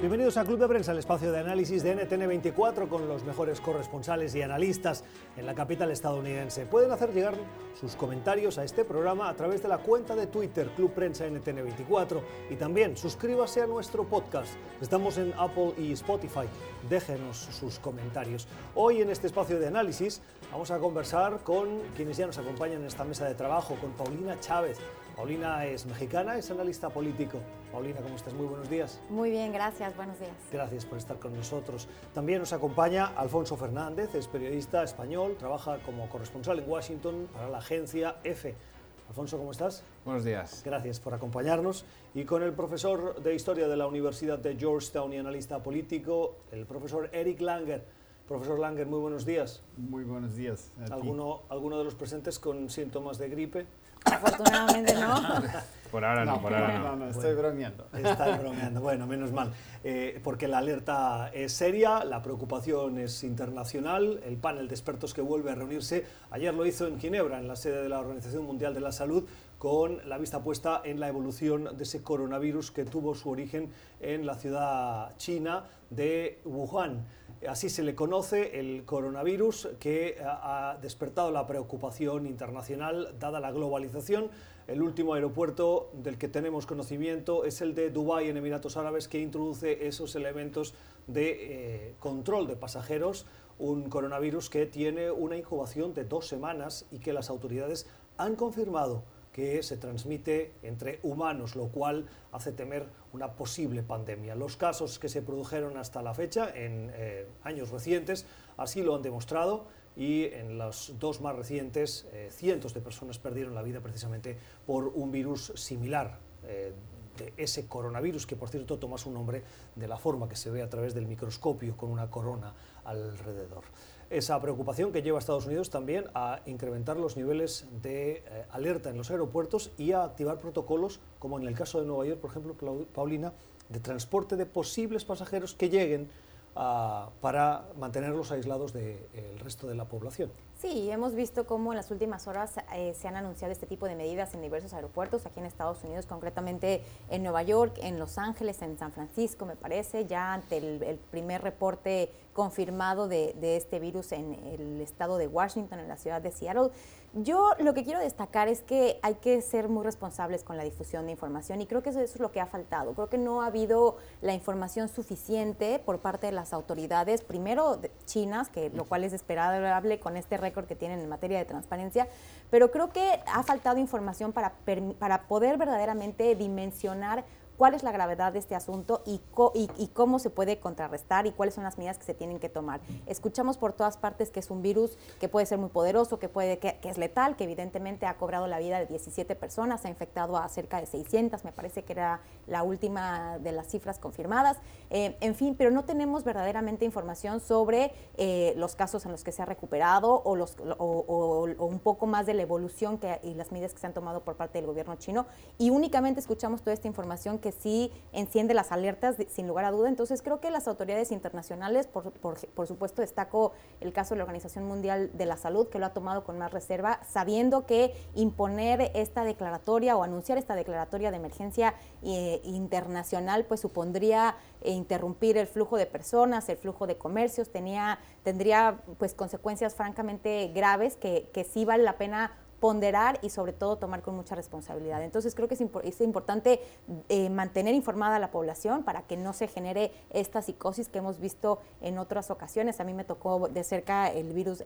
Bienvenidos a Club de Prensa, el espacio de análisis de NTN24 con los mejores corresponsales y analistas en la capital estadounidense. Pueden hacer llegar sus comentarios a este programa a través de la cuenta de Twitter Club Prensa NTN24 y también suscríbase a nuestro podcast. Estamos en Apple y Spotify. Déjenos sus comentarios. Hoy en este espacio de análisis vamos a conversar con quienes ya nos acompañan en esta mesa de trabajo, con Paulina Chávez. Paulina es mexicana, es analista político. Paulina, ¿cómo estás? Muy buenos días. Muy bien, gracias. Buenos días. Gracias por estar con nosotros. También nos acompaña Alfonso Fernández, es periodista español, trabaja como corresponsal en Washington para la agencia EFE. Alfonso, ¿cómo estás? Buenos días. Gracias por acompañarnos. Y con el profesor de Historia de la Universidad de Georgetown y analista político, el profesor Eric Langer. Profesor Langer, muy buenos días. Muy buenos días. ¿Alguno de los presentes con síntomas de gripe? Afortunadamente no. Por ahora no, por ahora no. No, estoy bromeando. Está bromeando, bueno, menos mal, porque la alerta es seria, la preocupación es internacional, el panel de expertos que vuelve a reunirse, ayer lo hizo en Ginebra, en la sede de la Organización Mundial de la Salud, con la vista puesta en la evolución de ese coronavirus que tuvo su origen en la ciudad china de Wuhan. Así se le conoce el coronavirus, que ha despertado la preocupación internacional dada la globalización. El último aeropuerto del que tenemos conocimiento es el de Dubái, en Emiratos Árabes, que introduce esos elementos de control de pasajeros, un coronavirus que tiene una incubación de 2 semanas y que las autoridades han confirmado que se transmite entre humanos, lo cual hace temer una posible pandemia. Los casos que se produjeron hasta la fecha, en años recientes, así lo han demostrado, y en los 2 más recientes, cientos de personas perdieron la vida precisamente por un virus similar, de ese coronavirus, que por cierto toma su nombre de la forma que se ve a través del microscopio con una corona alrededor. Esa preocupación que lleva a Estados Unidos también a incrementar los niveles de alerta en los aeropuertos y a activar protocolos, como en el caso de Nueva York, por ejemplo, Paulina, de transporte de posibles pasajeros que lleguen para mantenerlos aislados del resto de la población. Sí, hemos visto cómo en las últimas horas se han anunciado este tipo de medidas en diversos aeropuertos, aquí en Estados Unidos, concretamente en Nueva York, en Los Ángeles, en San Francisco, me parece, ya ante el primer reporte confirmado de este virus en el estado de Washington, en la ciudad de Seattle. Yo lo que quiero destacar es que hay que ser muy responsables con la difusión de información y creo que eso es lo que ha faltado. Creo que no ha habido la información suficiente por parte de las autoridades, primero chinas, lo cual es esperable con este récord que tienen en materia de transparencia, pero creo que ha faltado información para poder verdaderamente dimensionar cuál es la gravedad de este asunto y cómo se puede contrarrestar y cuáles son las medidas que se tienen que tomar. Escuchamos por todas partes que es un virus que puede ser muy poderoso, que es letal, que evidentemente ha cobrado la vida de 17 personas, ha infectado a cerca de 600, me parece que era la última de las cifras confirmadas. En fin, pero no tenemos verdaderamente información sobre los casos en los que se ha recuperado o un poco más de la evolución y las medidas que se han tomado por parte del gobierno chino, y únicamente escuchamos toda esta información que sí enciende las alertas sin lugar a duda. Entonces creo que las autoridades internacionales, por supuesto destaco el caso de la Organización Mundial de la Salud, que lo ha tomado con más reserva, sabiendo que imponer esta declaratoria o anunciar esta declaratoria de emergencia internacional pues supondría interrumpir el flujo de personas, el flujo de comercios, tendría pues consecuencias francamente graves que sí vale la pena ponderar y sobre todo tomar con mucha responsabilidad. Entonces creo que es importante mantener informada a la población para que no se genere esta psicosis que hemos visto en otras ocasiones. A mí me tocó de cerca el virus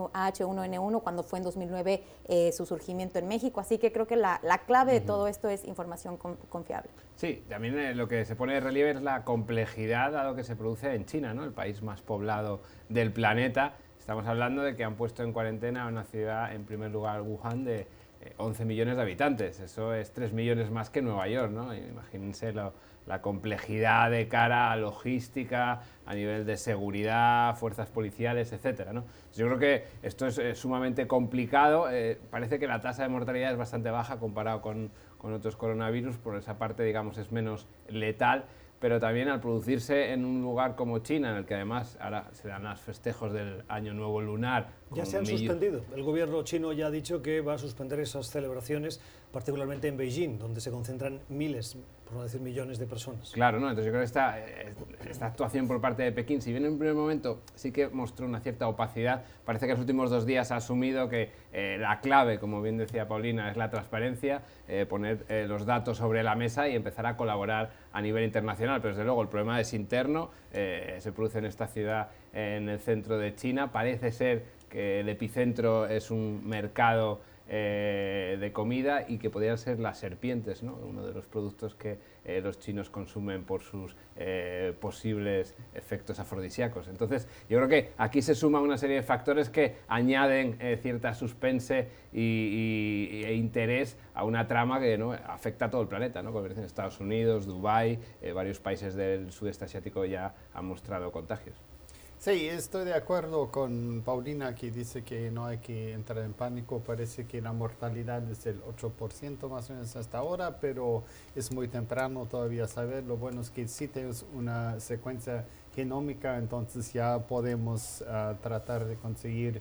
H1N1 cuando fue en 2009 su surgimiento en México, así que creo que la clave de todo esto es información confiable. Sí, también lo que se pone de relieve es la complejidad dado que se produce en China, ¿no? El país más poblado del planeta. Estamos hablando de que han puesto en cuarentena a una ciudad, en primer lugar Wuhan, de 11 millones de habitantes. Eso es 3 millones más que Nueva York, ¿no? Imagínense la complejidad de cara a logística, a nivel de seguridad, fuerzas policiales, etcétera, ¿no? Yo creo que esto es sumamente complicado. Parece que la tasa de mortalidad es bastante baja comparado con otros coronavirus. Por esa parte, digamos, es menos letal. Pero también al producirse en un lugar como China, en el que además ahora se dan los festejos del Año Nuevo Lunar. Ya se han suspendido. El gobierno chino ya ha dicho que va a suspender esas celebraciones, particularmente en Beijing, donde se concentran miles, por no decir millones de personas. Claro, ¿no? Entonces yo creo que esta actuación por parte de Pekín, si bien en un primer momento sí que mostró una cierta opacidad, parece que en los últimos 2 días ha asumido que la clave, como bien decía Paulina, es la transparencia, poner los datos sobre la mesa y empezar a colaborar a nivel internacional. Pero desde luego el problema es interno, se produce en esta ciudad en el centro de China. Parece ser que el epicentro es un mercado de comida y que podrían ser las serpientes, ¿no? Uno de los productos que los chinos consumen por sus posibles efectos afrodisíacos. Entonces, yo creo que aquí se suma una serie de factores que añaden cierta suspense e interés a una trama que, ¿no?, afecta a todo el planeta, ¿no? Como dicen Estados Unidos, Dubái, varios países del sudeste asiático ya han mostrado contagios. Sí, estoy de acuerdo con Paulina que dice que no hay que entrar en pánico. Parece que la mortalidad es el 8% más o menos hasta ahora, pero es muy temprano todavía saber. Lo bueno es que sí tenemos una secuencia genómica, entonces ya podemos tratar de conseguir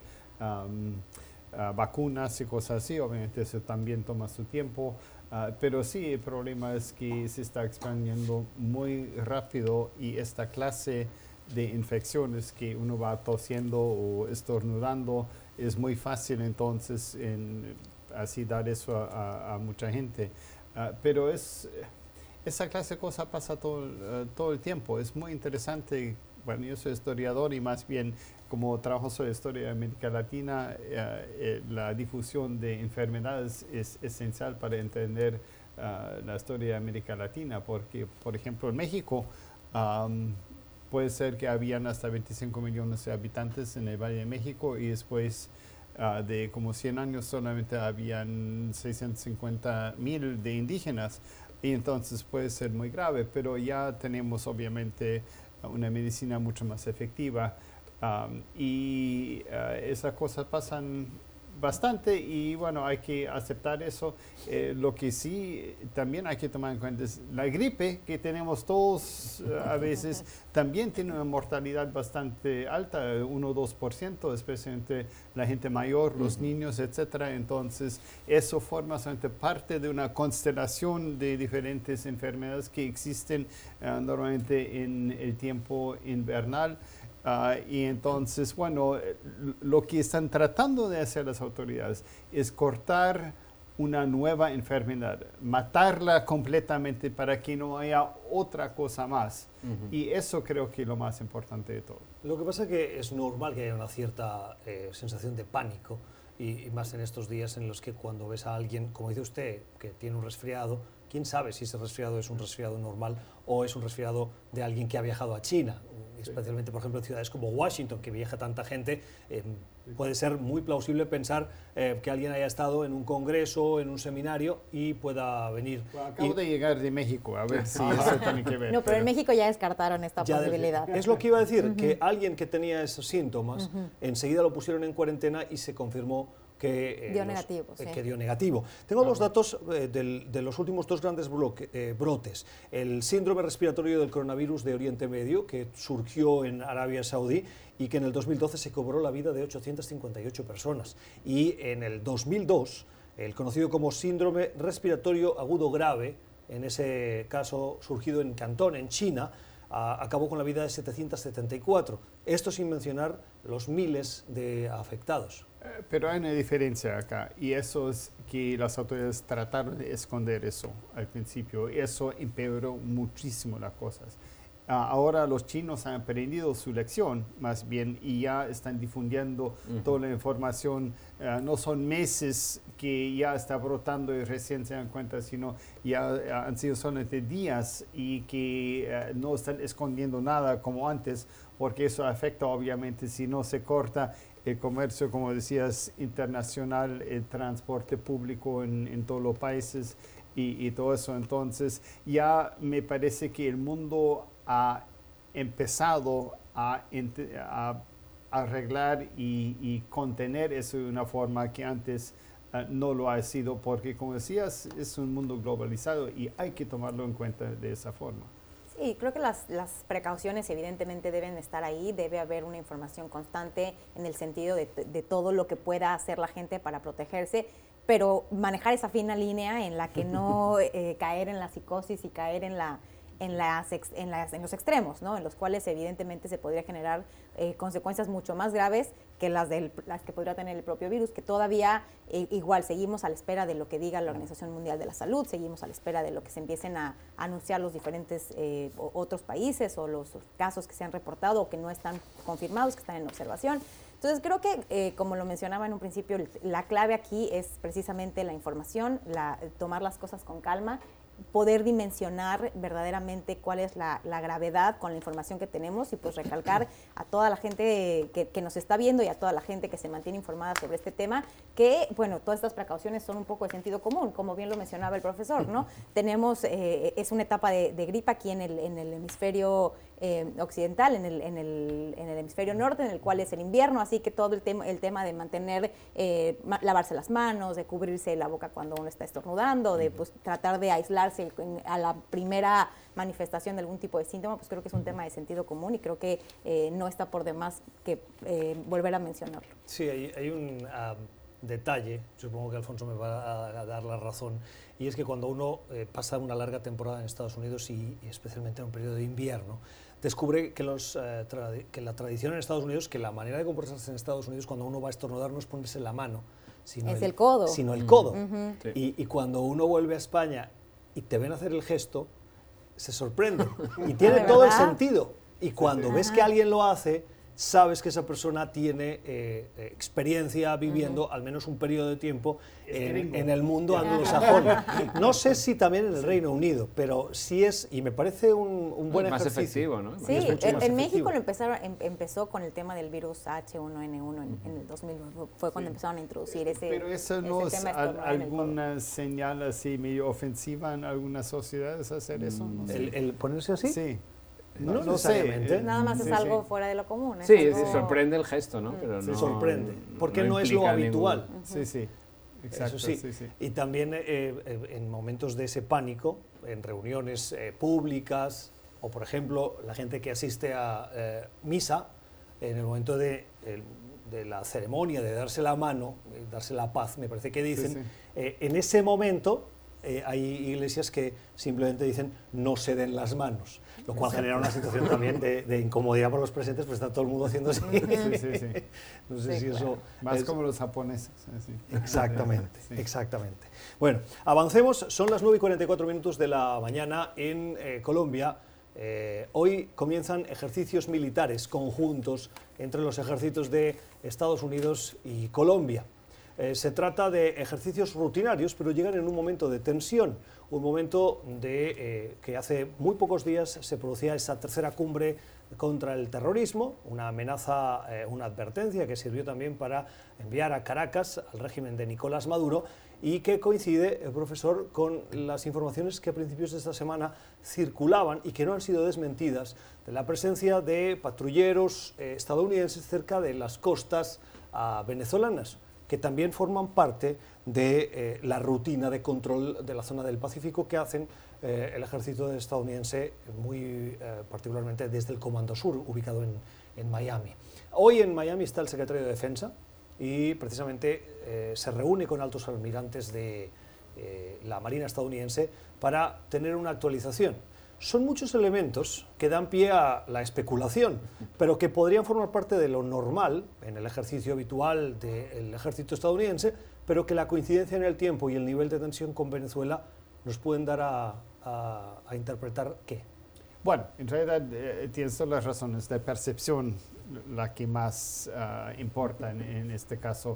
vacunas y cosas así. Obviamente eso también toma su tiempo. Pero sí, el problema es que se está expandiendo muy rápido y esta clase de infecciones que uno va tosiendo o estornudando es muy fácil entonces así dar eso a mucha gente. Pero esa clase de cosas pasa todo el tiempo. Es muy interesante. Bueno, yo soy historiador y más bien como trabajo sobre historia de América Latina, la difusión de enfermedades es esencial para entender la historia de América Latina, porque, por ejemplo, en México puede ser que habían hasta 25 millones de habitantes en el Valle de México y después de como 100 años solamente habían 650,000 de indígenas y entonces puede ser muy grave, pero ya tenemos obviamente una medicina mucho más efectiva y esas cosas pasan bastante y bueno, hay que aceptar eso. Lo que sí también hay que tomar en cuenta es la gripe que tenemos todos a veces también tiene una mortalidad bastante alta, 1 o 2%, especialmente la gente mayor, los niños, etcétera. Entonces, eso forma solamente parte de una constelación de diferentes enfermedades que existen normalmente en el tiempo invernal. Y entonces, bueno, lo que están tratando de hacer las autoridades es cortar una nueva enfermedad, matarla completamente para que no haya otra cosa más. Y eso creo que es lo más importante de todo. Lo que pasa es que es normal que haya una cierta sensación de pánico y más en estos días en los que cuando ves a alguien, como dice usted, que tiene un resfriado, quién sabe si ese resfriado es un resfriado normal o es un resfriado de alguien que ha viajado a China. Especialmente, por ejemplo, en ciudades como Washington, que viaja tanta gente, puede ser muy plausible pensar que alguien haya estado en un congreso, en un seminario y pueda venir. Bueno, acabo de llegar de México, a ver si eso tiene que ver. No, pero en México ya descartaron esta posibilidad. Es lo que iba a decir, que alguien que tenía esos síntomas, enseguida lo pusieron en cuarentena y se confirmó que dio negativo. Sí. Que dio negativo. Tengo los datos de los últimos 2 grandes brotes. El síndrome respiratorio del coronavirus de Oriente Medio, que surgió en Arabia Saudí y que en el 2012 se cobró la vida de 858 personas. Y en el 2002, el conocido como síndrome respiratorio agudo grave, en ese caso surgido en Cantón, en China, acabó con la vida de 774. Esto sin mencionar los miles de afectados. Pero hay una diferencia acá, y eso es que las autoridades trataron de esconder eso al principio, y eso empeoró muchísimo las cosas. Ahora los chinos han aprendido su lección, más bien, y ya están difundiendo toda la información. No son meses que ya está brotando y recién se dan cuenta, sino ya han sido solamente días y que no están escondiendo nada como antes, porque eso afecta obviamente si no se corta el comercio, como decías, internacional, el transporte público en todos los países y todo eso. Entonces ya me parece que el mundo ha empezado a arreglar y contener eso de una forma que antes no lo ha sido, porque como decías, es un mundo globalizado y hay que tomarlo en cuenta de esa forma. Sí, creo que las precauciones evidentemente deben estar ahí, debe haber una información constante en el sentido de todo lo que pueda hacer la gente para protegerse, pero manejar esa fina línea en la que no caer en la psicosis y caer en los extremos, ¿no? En los cuales evidentemente se podría generar consecuencias mucho más graves que las que podría tener el propio virus, que todavía igual seguimos a la espera de lo que diga la Organización Mundial de la Salud, seguimos a la espera de lo que se empiecen a anunciar los diferentes otros países o los casos que se han reportado o que no están confirmados, que están en observación. Entonces creo que, como lo mencionaba en un principio, la clave aquí es precisamente la información, tomar las cosas con calma, poder dimensionar verdaderamente cuál es la gravedad con la información que tenemos y pues recalcar a toda la gente que nos está viendo y a toda la gente que se mantiene informada sobre este tema que, bueno, todas estas precauciones son un poco de sentido común, como bien lo mencionaba el profesor, ¿no? Tenemos, es una etapa de gripa aquí en el hemisferio occidental, en el hemisferio norte, en el cual es el invierno, así que todo el tema de mantener, lavarse las manos, de cubrirse la boca cuando uno está estornudando, de pues tratar de aislarse a la primera manifestación de algún tipo de síntoma, pues creo que es un tema de sentido común y creo que no está por demás que volver a mencionarlo. Sí, hay un detalle, supongo que Alfonso me va a dar la razón, y es que cuando uno pasa una larga temporada en Estados Unidos y especialmente en un periodo de invierno, descubre que, que la tradición en Estados Unidos, que la manera de comportarse en Estados Unidos cuando uno va a estornudar no es ponerse la mano, sino el codo. Sino el codo. Sí. Y cuando uno vuelve a España y te ven hacer el gesto, se sorprende. Y tiene todo el sentido. Y cuando ves que alguien lo hace, sabes que esa persona tiene experiencia viviendo al menos un periodo de tiempo en el mundo anglosajón. No sé si también en el Reino Unido, pero sí es, y me parece un buen más ejercicio. Efectivo, ¿no? Sí, en México empezó con el tema del virus H1N1 en el 2009, fue cuando empezaron a introducir ese Pero eso no es alguna el señal así medio ofensiva en algunas sociedades hacer eso. No sé. ¿El ponerse así? Sí. No necesariamente. Nada más es algo fuera de lo común. Sí, algo... sorprende el gesto, ¿no? Pero Sí, no sorprende, porque no es lo habitual. Sí, sí. Exacto, Eso sí. Y también en momentos de ese pánico, en reuniones públicas, o por ejemplo, la gente que asiste a misa, en el momento de la ceremonia de darse la mano, darse la paz, me parece que dicen, en ese momento hay iglesias que simplemente dicen no se den las manos, lo cual genera una situación también de incomodidad para los presentes, pues está todo el mundo haciendo así. No sé si eso... Más como los japoneses. Exactamente, exactamente. Bueno, avancemos, son las 9:44 de la mañana en Colombia. Hoy comienzan ejercicios militares conjuntos entre los ejércitos de Estados Unidos y Colombia. Se trata de ejercicios rutinarios, pero llegan en un momento de tensión, un momento que hace muy pocos días se producía esa tercera cumbre contra el terrorismo, una amenaza, una advertencia que sirvió también para enviar a Caracas al régimen de Nicolás Maduro y que coincide, profesor, con las informaciones que a principios de esta semana circulaban y que no han sido desmentidas de la presencia de patrulleros estadounidenses cerca de las costas venezolanas, que también forman parte de la rutina de control de la zona del Pacífico que hacen el ejército estadounidense, muy particularmente desde el Comando Sur, ubicado en Miami. Hoy en Miami está el secretario de Defensa y precisamente se reúne con altos almirantes de la Marina estadounidense para tener una actualización. Son muchos elementos que dan pie a la especulación, pero que podrían formar parte de lo normal en el ejercicio habitual del ejército estadounidense, pero que la coincidencia en el tiempo y el nivel de tensión con Venezuela nos pueden dar a interpretar qué. Bueno, en realidad tienes todas las razones de percepción, la que más importa en este caso.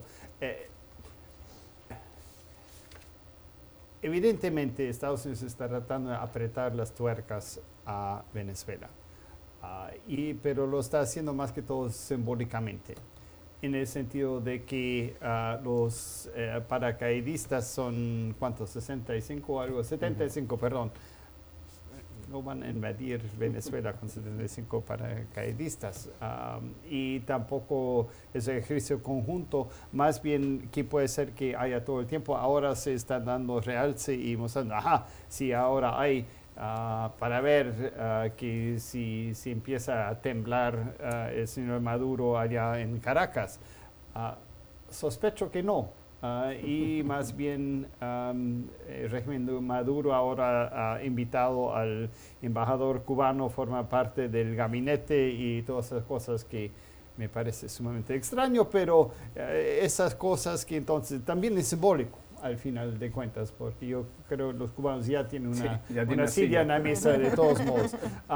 Evidentemente, Estados Unidos está tratando de apretar las tuercas a Venezuela, pero lo está haciendo más que todo simbólicamente, en el sentido de que los paracaidistas son, ¿cuántos? 65 o algo, 75, perdón. No van a invadir Venezuela con 75 paracaidistas y tampoco es un ejercicio conjunto, más bien que puede ser que haya todo el tiempo. Ahora se está dando realce y mostrando, sí, ahora hay, para ver que si empieza a temblar el señor Maduro allá en Caracas. Sospecho que no, y más bien el régimen de Maduro ahora ha invitado al embajador cubano a formar parte del gabinete y todas esas cosas que me parece sumamente extraño, pero esas cosas que entonces también es simbólico al final de cuentas, porque yo creo que los cubanos ya tienen una silla en la mesa de todos modos.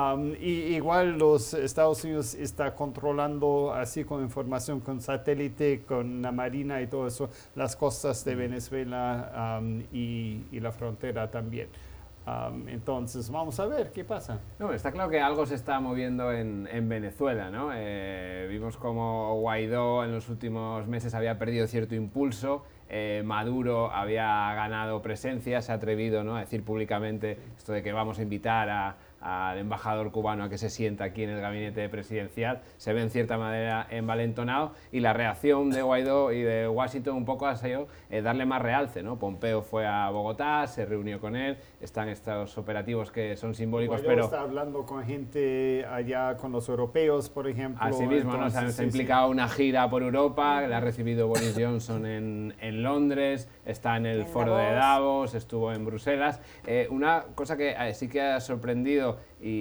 Y igual los Estados Unidos está controlando, así con información, con satélite, con la Marina y todo eso, las costas de Venezuela y la frontera también. Entonces, vamos a ver qué pasa. No, está claro que algo se está moviendo en Venezuela, ¿no? Vimos como Guaidó en los últimos meses había perdido cierto impulso. Maduro había ganado presencia, se ha atrevido, ¿no?, a decir públicamente esto de que vamos a invitar al embajador cubano a que se sienta aquí en el gabinete presidencial. Se ve en cierta manera envalentonado, y la reacción de Guaidó y de Washington un poco ha sido darle más realce, ¿no? Pompeo fue a Bogotá, se reunió con él, están estos operativos que son simbólicos, Guaidó pero está hablando con gente allá, con los europeos, por ejemplo. Asimismo, ¿no? Se ha implicado una gira por Europa, la ha recibido Boris Johnson en Londres, está en el foro de Davos, estuvo en Bruselas. Una cosa que sí que ha sorprendido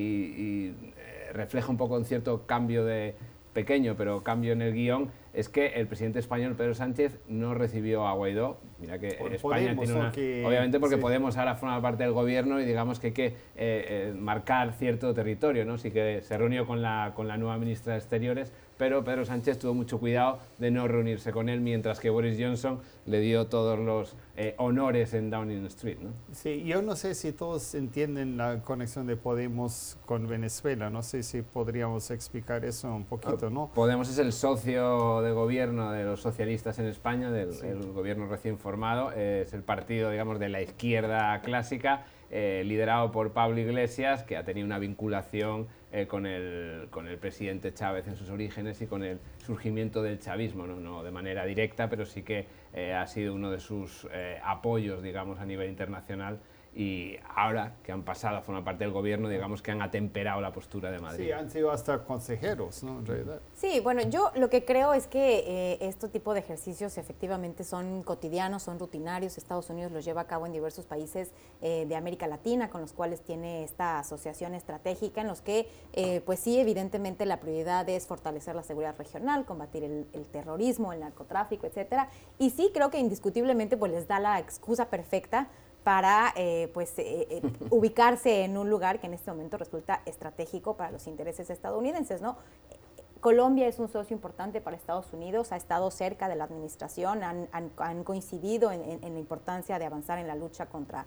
y refleja un poco un cierto cambio pequeño, pero cambio en el guión, es que el presidente español, Pedro Sánchez, no recibió a Guaidó. Mira que España tiene una... Obviamente porque Podemos ahora forma parte del gobierno y digamos que hay que marcar cierto territorio, ¿no? Sí que se reunió con la nueva ministra de Exteriores, pero Pedro Sánchez tuvo mucho cuidado de no reunirse con él, mientras que Boris Johnson le dio todos los honores en Downing Street, ¿no? Sí, yo no sé si todos entienden la conexión de Podemos con Venezuela. No sé si podríamos explicar eso un poquito, ¿no? Podemos es el socio de gobierno de los socialistas en España, el gobierno recién formado. Es el partido, digamos, de la izquierda clásica, liderado por Pablo Iglesias, que ha tenido una vinculación con el presidente Chávez en sus orígenes y con el surgimiento del chavismo, no de manera directa, pero sí que ha sido uno de sus apoyos, digamos, a nivel internacional. Y ahora que han pasado a formar parte del gobierno, digamos que han atemperado la postura de Madrid. Sí, han sido hasta consejeros, ¿no? En realidad. Sí, bueno, yo lo que creo es que este tipo de ejercicios efectivamente son cotidianos, son rutinarios. Estados Unidos los lleva a cabo en diversos países de América Latina, con los cuales tiene esta asociación estratégica, en los que, pues sí, evidentemente la prioridad es fortalecer la seguridad regional, combatir el terrorismo, el narcotráfico, etcétera. Y sí, creo que indiscutiblemente pues les da la excusa perfecta para ubicarse en un lugar que en este momento resulta estratégico para los intereses estadounidenses, ¿no? Colombia es un socio importante para Estados Unidos, ha estado cerca de la administración, han coincidido en la importancia de avanzar en la lucha contra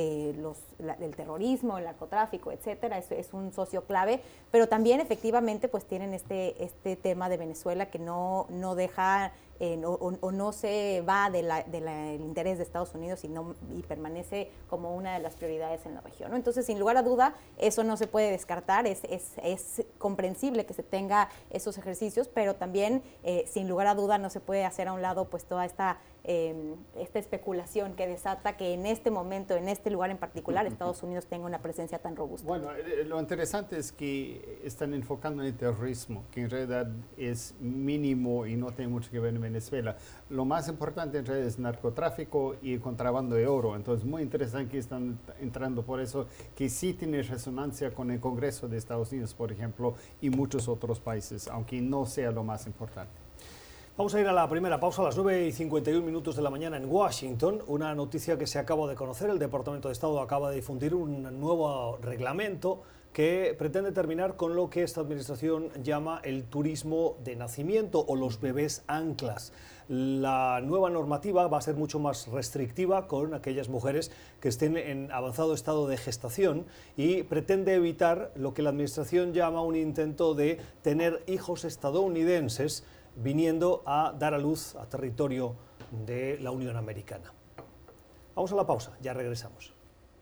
el terrorismo, el narcotráfico, etcétera. Es un socio clave, pero también efectivamente pues tienen este tema de Venezuela que no deja o no se va del interés de Estados Unidos y permanece como una de las prioridades en la región, ¿no? Entonces, sin lugar a duda, eso no se puede descartar, es comprensible que se tenga esos ejercicios, pero también, sin lugar a duda, no se puede hacer a un lado pues toda esta especulación que desata que en este momento, en este lugar en particular, Estados Unidos tenga una presencia tan robusta. Bueno, lo interesante es que están enfocando en el terrorismo, que en realidad es mínimo y no tiene mucho que ver en Venezuela. Lo más importante en realidad es narcotráfico y el contrabando de oro. Entonces, muy interesante que están entrando por eso, que sí tiene resonancia con el Congreso de Estados Unidos, por ejemplo, y muchos otros países, aunque no sea lo más importante. Vamos a ir a la primera pausa a las 9:51 de la mañana en Washington. Una noticia que se acaba de conocer. El Departamento de Estado acaba de difundir un nuevo reglamento que pretende terminar con lo que esta administración llama el turismo de nacimiento o los bebés anclas. La nueva normativa va a ser mucho más restrictiva con aquellas mujeres que estén en avanzado estado de gestación y pretende evitar lo que la administración llama un intento de tener hijos estadounidenses viniendo a dar a luz a territorio de la Unión Americana. Vamos a la pausa, ya regresamos.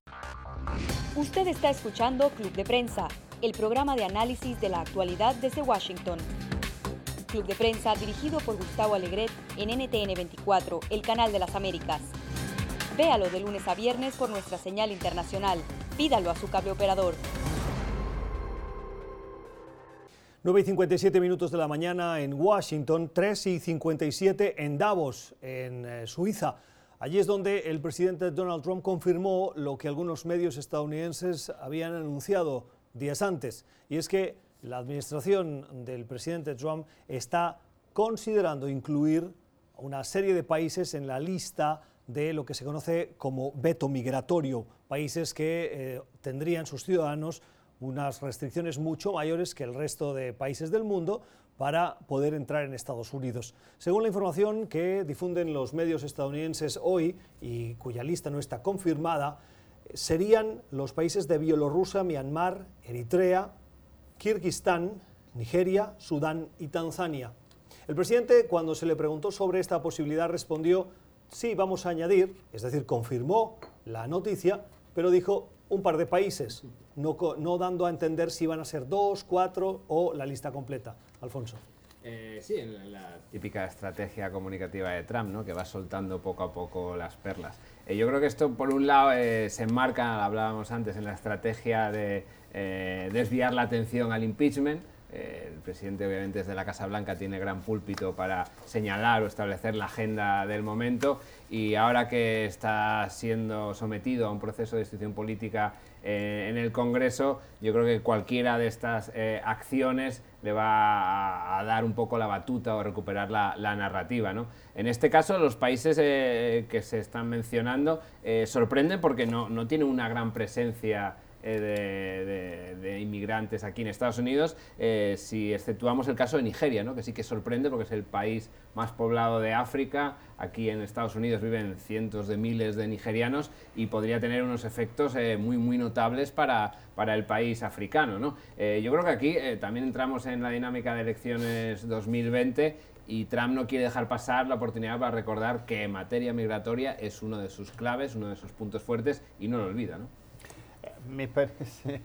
Usted está escuchando Club de Prensa, el programa de análisis de la actualidad desde Washington. Club de Prensa dirigido por Gustavo Alegret en NTN 24, el canal de las Américas. Véalo de lunes a viernes por nuestra señal internacional. Pídalo a su cable operador. 9:57 de la mañana en Washington, 3:57 en Davos, en Suiza. Allí es donde el presidente Donald Trump confirmó lo que algunos medios estadounidenses habían anunciado días antes, y es que la administración del presidente Trump está considerando incluir una serie de países en la lista de lo que se conoce como veto migratorio, países que tendrían sus ciudadanos unas restricciones mucho mayores que el resto de países del mundo para poder entrar en Estados Unidos. Según la información que difunden los medios estadounidenses hoy y cuya lista no está confirmada, serían los países de Bielorrusia, Myanmar, Eritrea, Kirguistán, Nigeria, Sudán y Tanzania. El presidente, cuando se le preguntó sobre esta posibilidad, respondió: sí, vamos a añadir, es decir, confirmó la noticia, pero dijo un par de países, no dando a entender si iban a ser 2, 4 o la lista completa. Alfonso. Sí, en la típica estrategia comunicativa de Trump, ¿no?, que va soltando poco a poco las perlas. Yo creo que esto, por un lado, se enmarca, hablábamos antes, en la estrategia de desviar la atención al impeachment. El presidente, obviamente, desde la Casa Blanca tiene gran púlpito para señalar o establecer la agenda del momento, y ahora que está siendo sometido a un proceso de destitución política en el Congreso, yo creo que cualquiera de estas acciones le va a dar un poco la batuta o recuperar la narrativa, ¿no? En este caso, los países que se están mencionando sorprenden porque no tienen una gran presencia de inmigrantes aquí en Estados Unidos, si exceptuamos el caso de Nigeria, ¿no?, que sí que sorprende porque es el país más poblado de África. Aquí en Estados Unidos viven cientos de miles de nigerianos y podría tener unos efectos muy notables para el país africano, ¿no? Yo creo que aquí también entramos en la dinámica de elecciones 2020 y Trump no quiere dejar pasar la oportunidad para recordar que en materia migratoria es uno de sus claves, uno de sus puntos fuertes, y no lo olvida, ¿no? Me parece,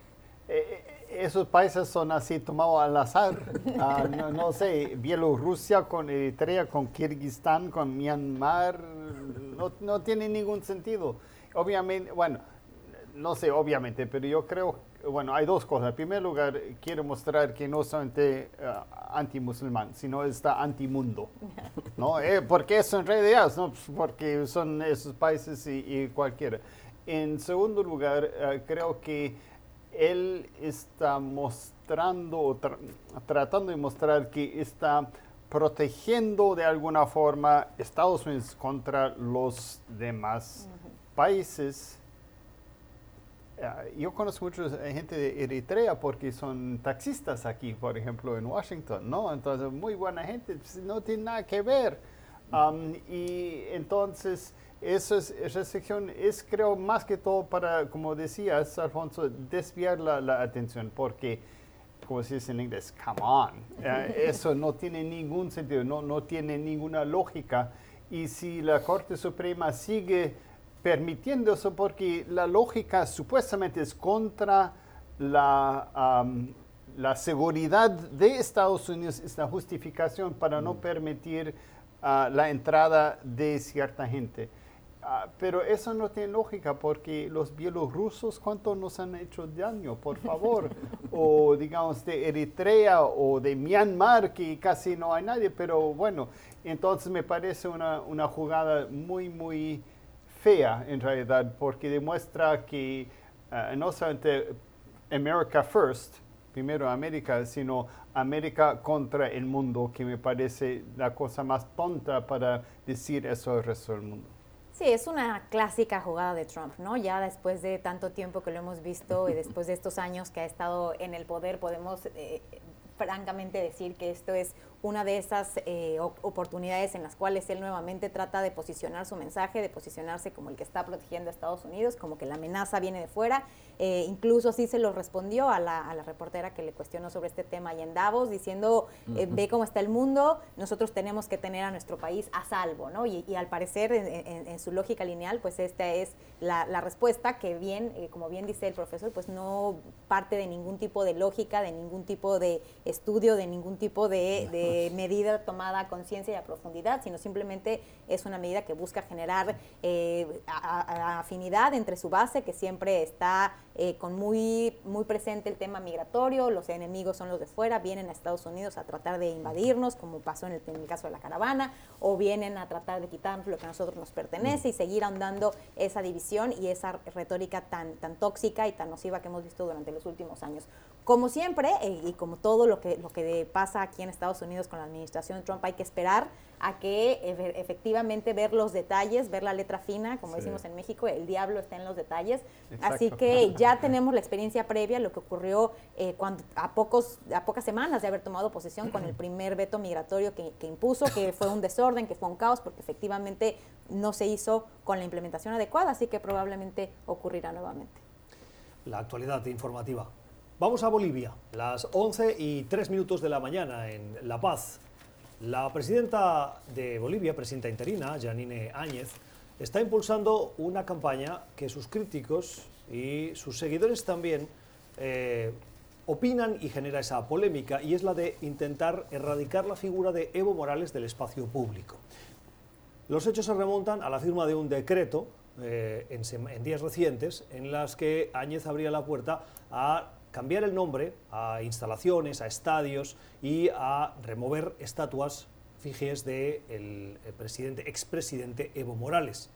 esos países son así tomados al azar. No sé, Bielorrusia con Eritrea, con Kirguistán, con Myanmar, no tiene ningún sentido. Obviamente, bueno, no sé, obviamente, pero yo creo, bueno, hay dos cosas. En primer lugar, quiero mostrar que no solamente anti-musulmán, sino está anti-mundo, ¿no? Porque eso en realidad, ¿no? Porque son esos países y cualquiera. En segundo lugar, creo que él está mostrando, tratando de mostrar que está protegiendo de alguna forma Estados Unidos contra los demás países. Yo conozco mucha gente de Eritrea porque son taxistas aquí, por ejemplo, en Washington, ¿no? Entonces, muy buena gente, no tiene nada que ver. Y entonces, esa restricción es, creo, más que todo para, como decías, Alfonso, desviar la atención, porque, como se dice en inglés, come on, eso no tiene ningún sentido, no tiene ninguna lógica. Y si la Corte Suprema sigue permitiendo eso, porque la lógica supuestamente es contra la seguridad de Estados Unidos, es la justificación para no permitir la entrada de cierta gente. Pero eso no tiene lógica, porque los bielorrusos, ¿cuánto nos han hecho daño, por favor? O digamos de Eritrea o de Myanmar, que casi no hay nadie, pero bueno, entonces me parece una jugada muy fea en realidad, porque demuestra que no solamente America First, primero América, sino América contra el mundo, que me parece la cosa más tonta para decir eso al resto del mundo. Sí, es una clásica jugada de Trump, ¿no? Ya después de tanto tiempo que lo hemos visto y después de estos años que ha estado en el poder, podemos francamente decir que esto es una de esas oportunidades en las cuales él nuevamente trata de posicionar su mensaje, de posicionarse como el que está protegiendo a Estados Unidos, como que la amenaza viene de fuera. Incluso sí se lo respondió a la reportera que le cuestionó sobre este tema allá en Davos, diciendo, ve cómo está el mundo, nosotros tenemos que tener a nuestro país a salvo, ¿no? Y al parecer, en su lógica lineal, pues esta es la respuesta que bien, como bien dice el profesor, pues no parte de ningún tipo de lógica, de ningún tipo de estudio, de ningún tipo de medida tomada a conciencia y a profundidad, sino simplemente es una medida que busca generar afinidad entre su base, que siempre está con muy presente el tema migratorio. Los enemigos son los de fuera, vienen a Estados Unidos a tratar de invadirnos, como pasó en el caso de la caravana, o vienen a tratar de quitarnos lo que a nosotros nos pertenece y seguir ahondando esa división y esa retórica tan tóxica y tan nociva que hemos visto durante los últimos años. Como siempre, y como todo lo que pasa aquí en Estados Unidos con la administración Trump, hay que esperar a que efectivamente ver los detalles, ver la letra fina, como decimos en México, el diablo está en los detalles. Exacto. Así que ya tenemos la experiencia previa, lo que ocurrió cuando a pocas semanas de haber tomado posesión con el primer veto migratorio que impuso, que fue un desorden, que fue un caos, porque efectivamente no se hizo con la implementación adecuada, así que probablemente ocurrirá nuevamente. La actualidad informativa. Vamos a Bolivia, las 11:03 de la mañana en La Paz. La presidenta de Bolivia, presidenta interina, Yanine Áñez, está impulsando una campaña que sus críticos y sus seguidores también opinan y genera esa polémica, y es la de intentar erradicar la figura de Evo Morales del espacio público. Los hechos se remontan a la firma de un decreto en días recientes en las que Áñez abría la puerta a cambiar el nombre a instalaciones, a estadios y a remover estatuas fijes del expresidente Evo Morales.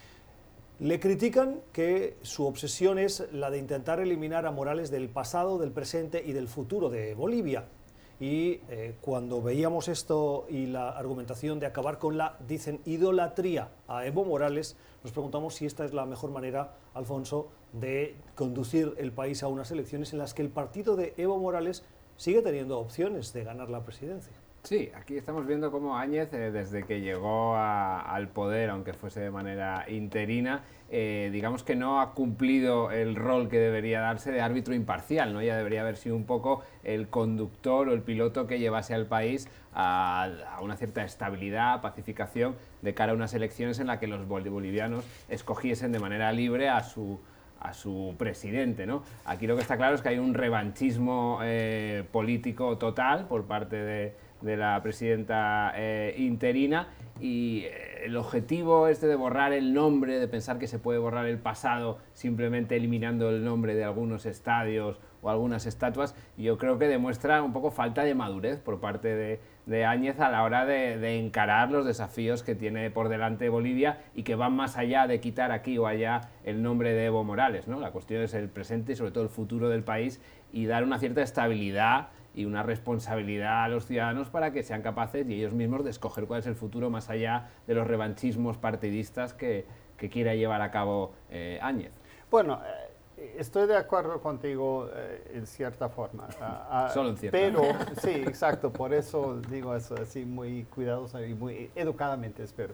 Le critican que su obsesión es la de intentar eliminar a Morales del pasado, del presente y del futuro de Bolivia. Y cuando veíamos esto y la argumentación de acabar con la, dicen, idolatría a Evo Morales, nos preguntamos si esta es la mejor manera, Alfonso, de conducir el país a unas elecciones en las que el partido de Evo Morales sigue teniendo opciones de ganar la presidencia. Sí, aquí estamos viendo cómo Áñez, desde que llegó al poder, aunque fuese de manera interina, digamos que no ha cumplido el rol que debería darse de árbitro imparcial, ¿no? Ya debería haber sido un poco el conductor o el piloto que llevase al país a una cierta estabilidad, pacificación, de cara a unas elecciones en las que los bolivianos escogiesen de manera libre a su presidente, ¿no? Aquí lo que está claro es que hay un revanchismo político total por parte de la presidenta interina, y el objetivo este de borrar el nombre, de pensar que se puede borrar el pasado simplemente eliminando el nombre de algunos estadios o algunas estatuas, yo creo que demuestra un poco falta de madurez por parte de Áñez a la hora de encarar los desafíos que tiene por delante Bolivia y que van más allá de quitar aquí o allá el nombre de Evo Morales, ¿no? La cuestión es el presente y sobre todo el futuro del país, y dar una cierta estabilidad y una responsabilidad a los ciudadanos para que sean capaces y ellos mismos de escoger cuál es el futuro más allá de los revanchismos partidistas que quiera llevar a cabo Áñez. Bueno, estoy de acuerdo contigo en cierta forma. Solo en cierta. Pero, sí, exacto, por eso digo eso así muy cuidadoso y muy educadamente, espero.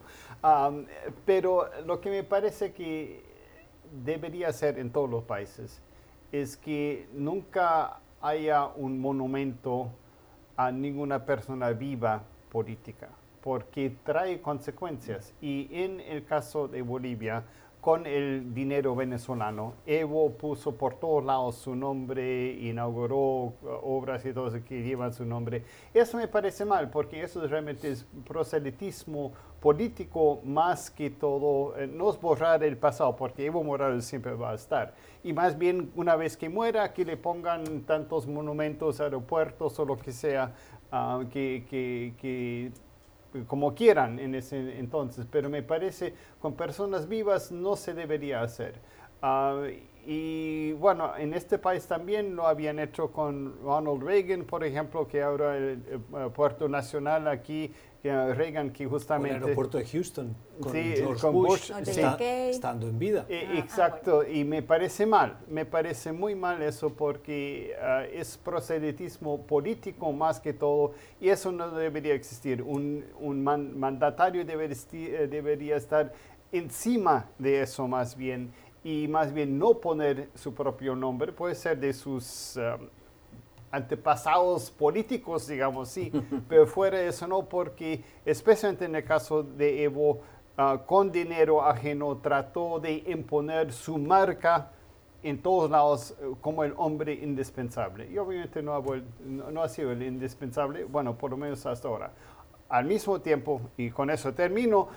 Pero lo que me parece que debería ser en todos los países es que nunca haya un monumento a ninguna persona viva política, porque trae consecuencias. Y en el caso de Bolivia, con el dinero venezolano, Evo puso por todos lados su nombre, inauguró obras y todo eso que llevan su nombre. Eso me parece mal, porque eso realmente es proselitismo político más que todo. No es borrar el pasado, porque Evo Morales siempre va a estar. Y más bien, una vez que muera, que le pongan tantos monumentos, aeropuertos o lo que sea, como quieran en ese entonces, pero me parece con personas vivas no se debería hacer. Y bueno, en este país también lo habían hecho con Ronald Reagan, por ejemplo, que ahora el puerto nacional aquí, Reagan, que justamente... el aeropuerto de Houston, con sí, George con Bush está estando en vida. Exacto, bueno. Y me parece mal, me parece muy mal eso, porque es proselitismo político más que todo, y eso no debería existir. Un mandatario debería estar encima de eso más bien, y más bien no poner su propio nombre, puede ser de sus antepasados políticos, digamos, sí, pero fuera de eso no, porque especialmente en el caso de Evo, con dinero ajeno trató de imponer su marca en todos lados como el hombre indispensable. Y obviamente no ha sido el indispensable, bueno, por lo menos hasta ahora. Al mismo tiempo, y con eso termino,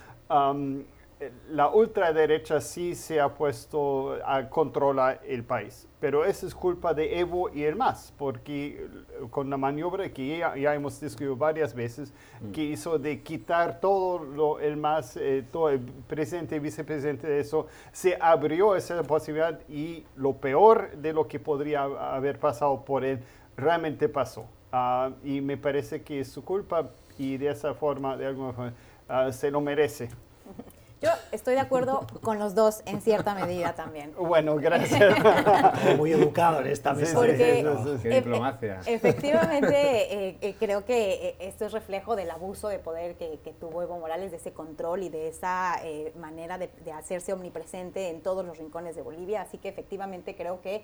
la ultraderecha sí se ha puesto a controlar el país, pero eso es culpa de Evo y el MAS, porque con la maniobra que ya hemos discutido varias veces, que hizo de quitar todo el MAS, todo el presidente y vicepresidente de eso, se abrió esa posibilidad y lo peor de lo que podría haber pasado por él realmente pasó. Y me parece que es su culpa y de esa forma, de alguna forma, se lo merece. Yo estoy de acuerdo con los dos en cierta medida también. Bueno, gracias. Muy educado en esta mesa. Porque Qué diplomacia. efectivamente creo que esto es reflejo del abuso de poder que tuvo Evo Morales, de ese control y de esa manera de hacerse omnipresente en todos los rincones de Bolivia. Así que efectivamente creo que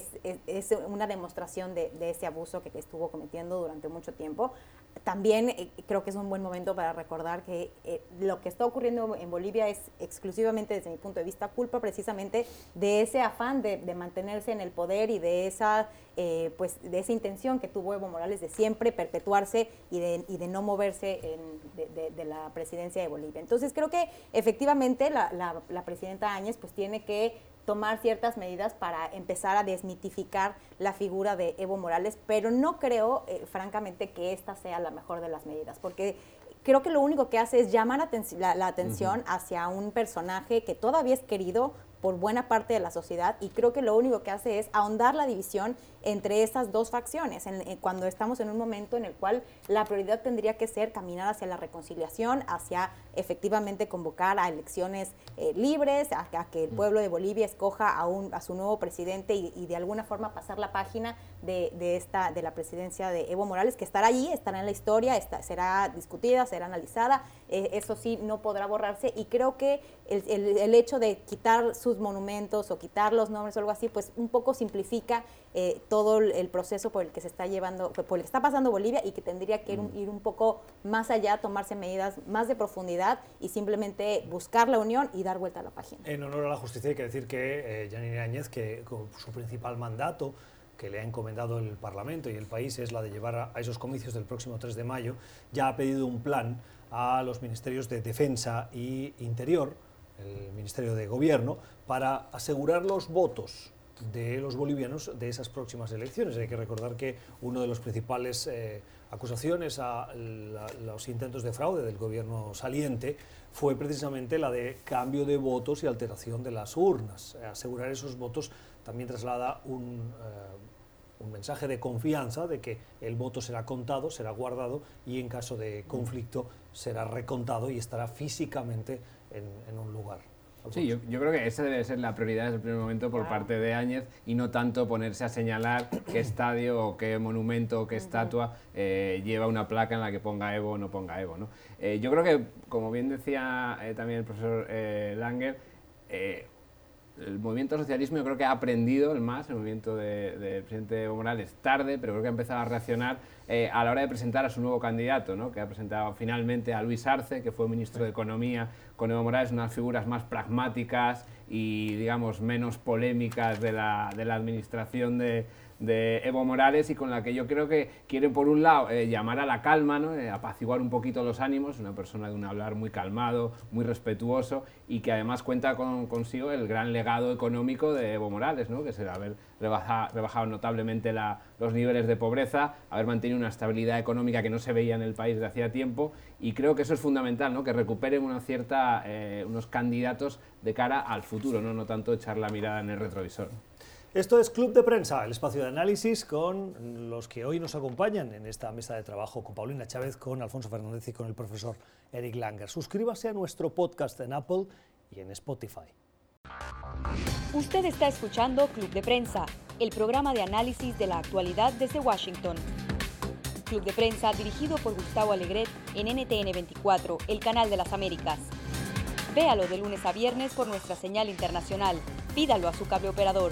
es una demostración de ese abuso que estuvo cometiendo durante mucho tiempo. También creo que es un buen momento para recordar que lo que está ocurriendo en Bolivia es exclusivamente, desde mi punto de vista, culpa precisamente de ese afán de mantenerse en el poder y de esa de esa intención que tuvo Evo Morales de siempre perpetuarse y de no moverse de la presidencia de Bolivia. Entonces creo que efectivamente la presidenta Áñez pues tiene que tomar ciertas medidas para empezar a desmitificar la figura de Evo Morales, pero no creo, francamente, que esta sea la mejor de las medidas, porque creo que lo único que hace es llamar la atención hacia un personaje que todavía es querido por buena parte de la sociedad, y creo que lo único que hace es ahondar la división entre esas dos facciones, cuando estamos en un momento en el cual la prioridad tendría que ser caminar hacia la reconciliación, hacia efectivamente convocar a elecciones libres, a que el pueblo de Bolivia escoja a su nuevo presidente y de alguna forma pasar la página de la presidencia de Evo Morales, que estará allí, estará en la historia, será discutida, será analizada, eso sí no podrá borrarse, y creo que el hecho de quitar sus monumentos o quitar los nombres o algo así, pues un poco simplifica todo el proceso por el que se está llevando, por el que está pasando Bolivia, y que tendría que ir un poco más allá, tomarse medidas más de profundidad y simplemente buscar la unión y dar vuelta a la página. En honor a la justicia hay que decir que Yanine Áñez, que su principal mandato que le ha encomendado el Parlamento y el país es la de llevar a esos comicios del próximo 3 de mayo, ya ha pedido un plan a los ministerios de Defensa y Interior, el Ministerio de Gobierno, para asegurar los votos de los bolivianos de esas próximas elecciones. Hay que recordar que una de las principales acusaciones a los intentos de fraude del gobierno saliente fue precisamente la de cambio de votos y alteración de las urnas. Asegurar esos votos también traslada un mensaje de confianza de que el voto será contado, será guardado y en caso de conflicto será recontado y estará físicamente en un lugar. Sí, yo creo que esa debe ser la prioridad desde el primer momento por parte de Áñez, y no tanto ponerse a señalar qué estadio o qué monumento o qué estatua lleva una placa en la que ponga Evo o no ponga Evo, ¿no? Yo creo que, como bien decía también el profesor Langer, el movimiento socialismo yo creo que ha aprendido el movimiento del presidente Evo Morales tarde, pero creo que ha empezado a reaccionar a la hora de presentar a su nuevo candidato, ¿no? Que ha presentado finalmente a Luis Arce, que fue ministro de Economía con Evo Morales, unas figuras más pragmáticas y, digamos, menos polémicas de la administración de Evo Morales, y con la que yo creo que quiere, por un lado, llamar a la calma, ¿no? Apaciguar un poquito los ánimos, una persona de un hablar muy calmado, muy respetuoso, y que además cuenta consigo el gran legado económico de Evo Morales, ¿no? Que será haber rebajado notablemente los niveles de pobreza, haber mantenido una estabilidad económica que no se veía en el país desde hacía tiempo, y creo que eso es fundamental, ¿no? Que recuperen unos candidatos de cara al futuro, ¿no? No tanto echar la mirada en el retrovisor. Esto es Club de Prensa, el espacio de análisis con los que hoy nos acompañan en esta mesa de trabajo, con Paulina Chávez, con Alfonso Fernández y con el profesor Eric Langer. Suscríbase a nuestro podcast en Apple y en Spotify. Usted está escuchando Club de Prensa, el programa de análisis de la actualidad desde Washington. Club de Prensa dirigido por Gustavo Alegret en NTN 24, el canal de las Américas. Véalo de lunes a viernes por nuestra señal internacional. Pídalo a su cable operador.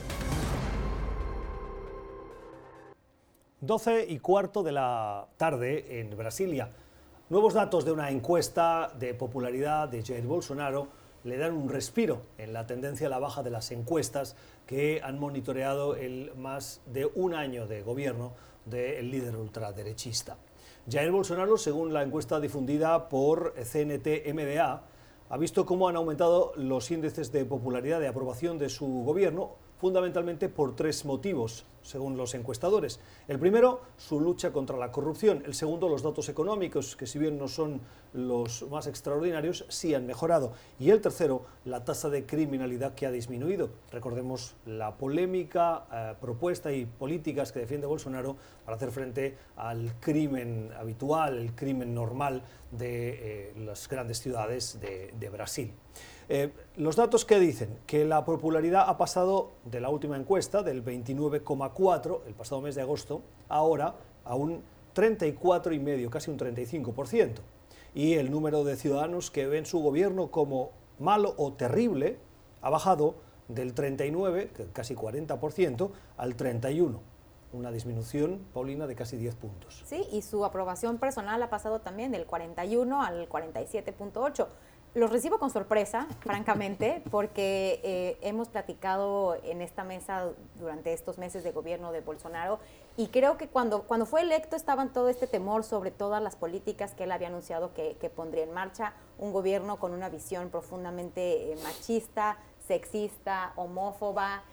12:15 de la tarde en Brasilia. Nuevos datos de una encuesta de popularidad de Jair Bolsonaro le dan un respiro en la tendencia a la baja de las encuestas que han monitoreado el más de un año de gobierno del líder ultraderechista. Jair Bolsonaro, según la encuesta difundida por CNT-MDA, ha visto cómo han aumentado los índices de popularidad de aprobación de su gobierno, fundamentalmente por 3 motivos, según los encuestadores. El primero, su lucha contra la corrupción. El segundo, los datos económicos, que si bien no son los más extraordinarios, sí han mejorado. Y el tercero, la tasa de criminalidad, que ha disminuido. Recordemos la polémica propuesta y políticas que defiende Bolsonaro para hacer frente al crimen habitual, el crimen normal de las grandes ciudades de Brasil. Los datos que dicen que la popularidad ha pasado de la última encuesta, del 29,4 el pasado mes de agosto, ahora a un 34,5, casi un 35%. Y el número de ciudadanos que ven su gobierno como malo o terrible ha bajado del 39, casi 40%, al 31. Una disminución, Paulina, de casi 10 puntos. Sí, y su aprobación personal ha pasado también del 41 al 47,8. Los recibo con sorpresa, francamente, porque hemos platicado en esta mesa durante estos meses de gobierno de Bolsonaro y creo que cuando fue electo estaban todo este temor sobre todas las políticas que él había anunciado que pondría en marcha, un gobierno con una visión profundamente machista, sexista, homófoba,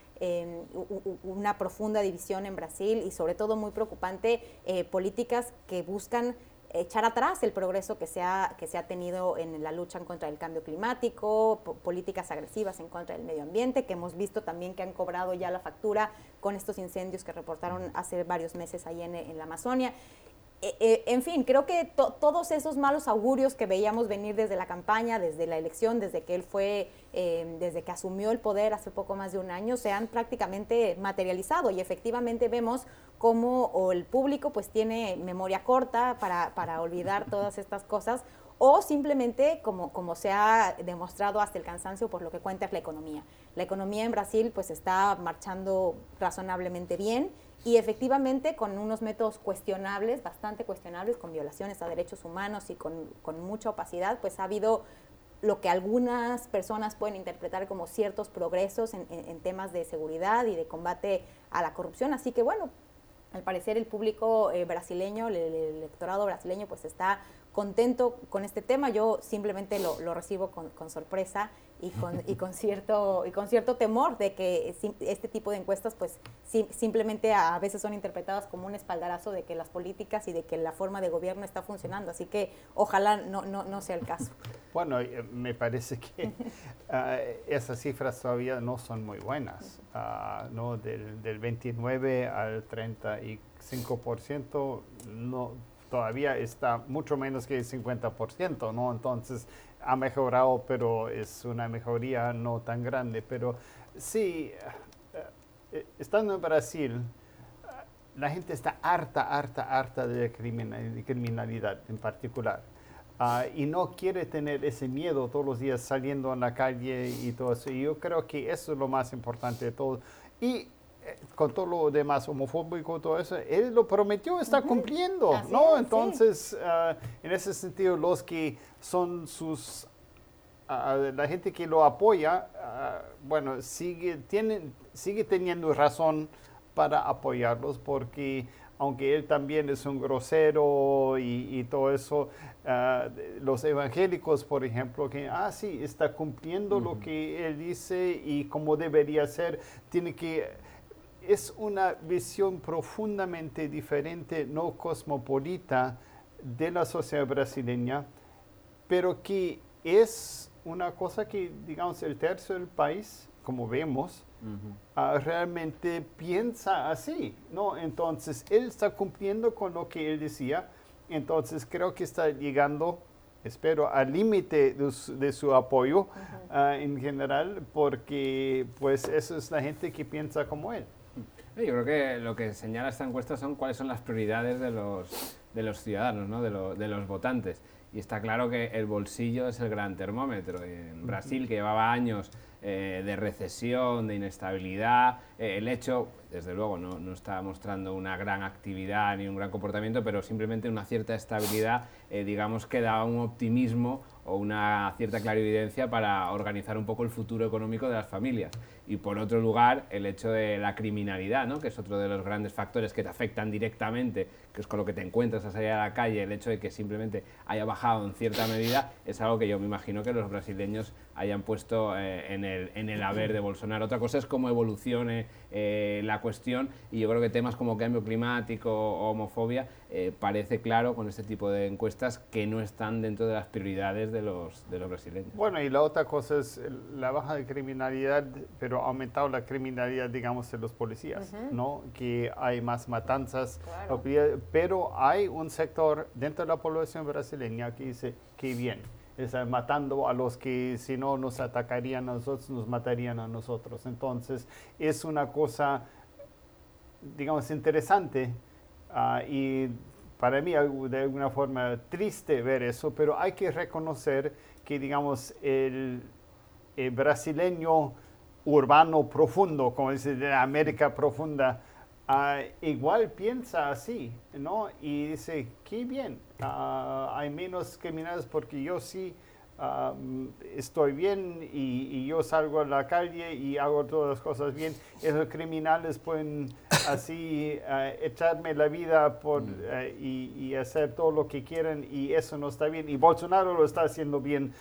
una profunda división en Brasil y sobre todo muy preocupante, políticas que buscan echar atrás el progreso que se ha tenido en la lucha en contra del cambio climático, políticas agresivas en contra del medio ambiente, que hemos visto también que han cobrado ya la factura con estos incendios que reportaron hace varios meses ahí en la Amazonia. En fin, creo que todos esos malos augurios que veíamos venir desde la campaña, desde la elección, desde que él desde que asumió el poder hace poco más de un año, se han prácticamente materializado y efectivamente vemos cómo el público pues tiene memoria corta para olvidar todas estas cosas o simplemente como se ha demostrado hasta el cansancio por lo que cuenta es la economía. La economía en Brasil pues está marchando razonablemente bien y efectivamente con unos métodos cuestionables, bastante cuestionables, con violaciones a derechos humanos y con mucha opacidad, pues ha habido lo que algunas personas pueden interpretar como ciertos progresos en temas de seguridad y de combate a la corrupción. Así que bueno, al parecer el público brasileño, el electorado brasileño pues está contento con este tema. Yo simplemente lo recibo con sorpresa y con cierto temor de que este tipo de encuestas pues simplemente a veces son interpretadas como un espaldarazo de que las políticas y de que la forma de gobierno está funcionando, así que ojalá no sea el caso. Bueno, me parece que esas cifras todavía no son muy buenas, ¿no? Del 29 al 35% todavía está mucho menos que el 50%, ¿no? Entonces ha mejorado, pero es una mejoría no tan grande. Pero sí, estando en Brasil, la gente está harta de criminalidad en particular. Y no quiere tener ese miedo todos los días saliendo a la calle y todo eso. Y yo creo que eso es lo más importante de todo. Y con todo lo demás homofóbico, todo eso, él lo prometió, está cumpliendo, así ¿no? Es, entonces, sí. En ese sentido, los que son la gente que lo apoya, bueno, sigue teniendo razón para apoyarlos, porque aunque él también es un grosero y todo eso, los evangélicos, por ejemplo, que, sí, está cumpliendo lo que él dice y como debería ser, es una visión profundamente diferente, no cosmopolita, de la sociedad brasileña, pero que es una cosa que, digamos, el tercio del país, como vemos, realmente piensa así, ¿no? Entonces, él está cumpliendo con lo que él decía, entonces creo que está llegando, espero, al límite de su apoyo en general, porque pues eso es la gente que piensa como él. Yo creo que lo que señala esta encuesta son cuáles son las prioridades de los ciudadanos, ¿no? de los votantes. y está claro que el bolsillo es el gran termómetro. En Brasil, que llevaba años de recesión, de inestabilidad, el hecho, desde luego, no está mostrando una gran actividad ni un gran comportamiento, pero simplemente una cierta estabilidad, digamos que da un optimismo o una cierta clarividencia para organizar un poco el futuro económico de las familias. Y por otro lugar, el hecho de la criminalidad, ¿no?, que es otro de los grandes factores que te afectan directamente, que es con lo que te encuentras a salir a la calle, el hecho de que simplemente haya bajado en cierta medida, es algo que yo me imagino que los brasileños hayan puesto en el haber de Bolsonaro. Otra cosa es cómo evolucione la cuestión, y yo creo que temas como cambio climático o homofobia parece claro con este tipo de encuestas que no están dentro de las prioridades de los brasileños. Bueno, y la otra cosa es la baja de criminalidad, pero ha aumentado la criminalidad, digamos, de los policías, ¿no? Que hay más matanzas, Claro. pero hay un sector dentro de la población brasileña que dice, qué bien, están matando a los que si no nos atacarían a nosotros, nos matarían a nosotros. Entonces, es una cosa, digamos, interesante y para mí de alguna forma triste ver eso, pero hay que reconocer que, digamos, el brasileño urbano profundo, como dice, de la América profunda, igual piensa así, ¿no? Y dice, qué bien, hay menos criminales porque yo sí estoy bien y yo salgo a la calle y hago todas las cosas bien. Esos criminales pueden así echarme la vida y hacer todo lo que quieran, y eso no está bien. Y Bolsonaro lo está haciendo bien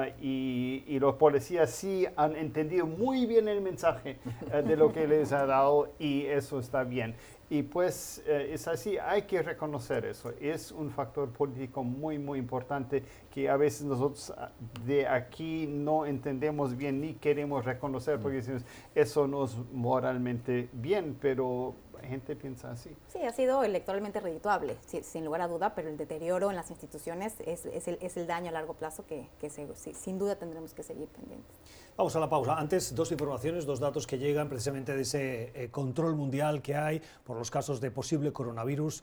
y los policías sí han entendido muy bien el mensaje de lo que les ha dado, y eso está bien. Y pues es así, hay que reconocer eso. Es un factor político muy, muy importante que a veces nosotros de aquí no entendemos bien ni queremos reconocer, porque decimos, eso no es moralmente bien, pero la gente piensa así. Sí, ha sido electoralmente redituable, sin lugar a duda, pero el deterioro en las instituciones es el daño a largo plazo que sin duda tendremos que seguir pendientes. Vamos a la pausa. Antes, dos informaciones, dos datos que llegan precisamente de ese control mundial que hay por los casos de posible coronavirus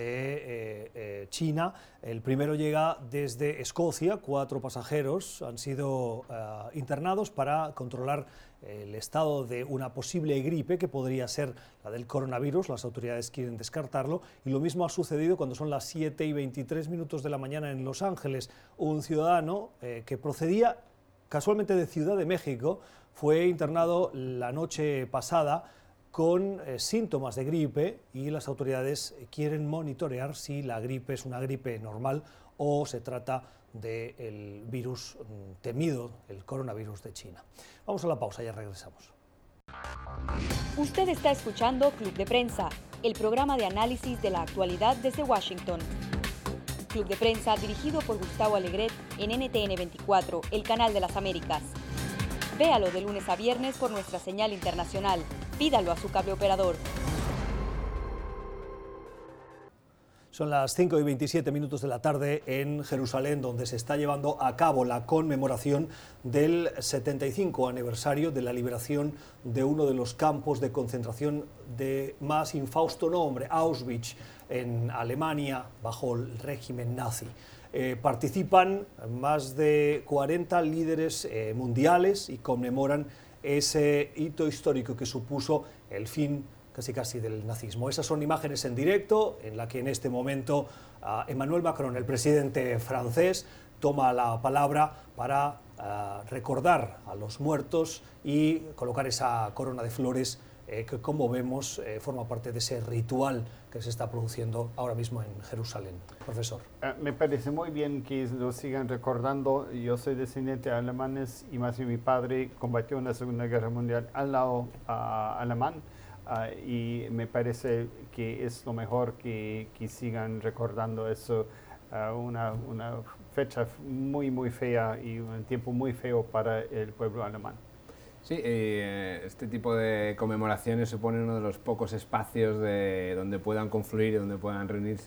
de China. El primero llega desde Escocia. 4 pasajeros han sido internados para controlar el estado de una posible gripe que podría ser la del coronavirus. Las autoridades quieren descartarlo, y lo mismo ha sucedido cuando son las 7:23 de la mañana en Los Ángeles. Un ciudadano que procedía casualmente de Ciudad de México fue internado la noche pasada con síntomas de gripe, y las autoridades quieren monitorear si la gripe es una gripe normal o se trata del virus temido, el coronavirus de China. Vamos a la pausa, ya regresamos. Usted está escuchando Club de Prensa, el programa de análisis de la actualidad desde Washington. Club de Prensa dirigido por Gustavo Alegret en NTN 24, el canal de las Américas. Véalo de lunes a viernes por nuestra señal internacional. Pídalo a su cable operador. Son las 5:27 de la tarde en Jerusalén, donde se está llevando a cabo la conmemoración del 75 aniversario de la liberación de uno de los campos de concentración de más infausto nombre, Auschwitz, en Alemania, bajo el régimen nazi. Participan más de 40 líderes mundiales y conmemoran ese hito histórico que supuso el fin casi del nazismo. Esas son imágenes en directo en la que en este momento Emmanuel Macron, el presidente francés, toma la palabra para recordar a los muertos y colocar esa corona de flores que, como vemos, forma parte de ese ritual que se está produciendo ahora mismo en Jerusalén. Profesor. Me parece muy bien que lo sigan recordando. Yo soy descendiente de alemanes y más bien mi padre combatió en la Segunda Guerra Mundial al lado alemán. Y me parece que es lo mejor que sigan recordando eso, una fecha muy, muy fea y un tiempo muy feo para el pueblo alemán. Sí, este tipo de conmemoraciones supone uno de los pocos espacios donde puedan confluir y donde puedan reunirse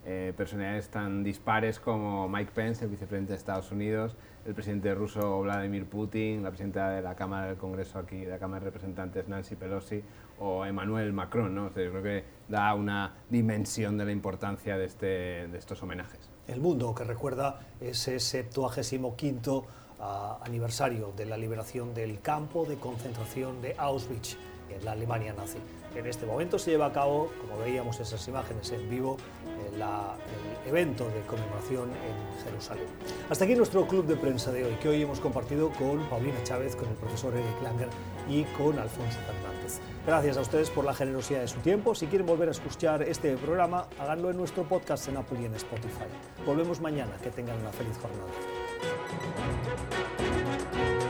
personalidades tan dispares como Mike Pence, el vicepresidente de Estados Unidos, el presidente ruso Vladimir Putin, la presidenta de la Cámara del Congreso aquí, de la Cámara de Representantes Nancy Pelosi, o Emmanuel Macron, ¿no? O sea, yo creo que da una dimensión de la importancia de estos homenajes. El mundo que recuerda ese 75º aniversario de la liberación del campo de concentración de Auschwitz en la Alemania nazi. En este momento se lleva a cabo, como veíamos esas imágenes en vivo, el evento de conmemoración en Jerusalén. Hasta aquí nuestro club de prensa de hoy, que hoy hemos compartido con Paulina Chávez, con el profesor Eric Langer y con Alfonso Fernández. Gracias a ustedes por la generosidad de su tiempo. Si quieren volver a escuchar este programa, háganlo en nuestro podcast en Apple y en Spotify. Volvemos mañana. Que tengan una feliz jornada.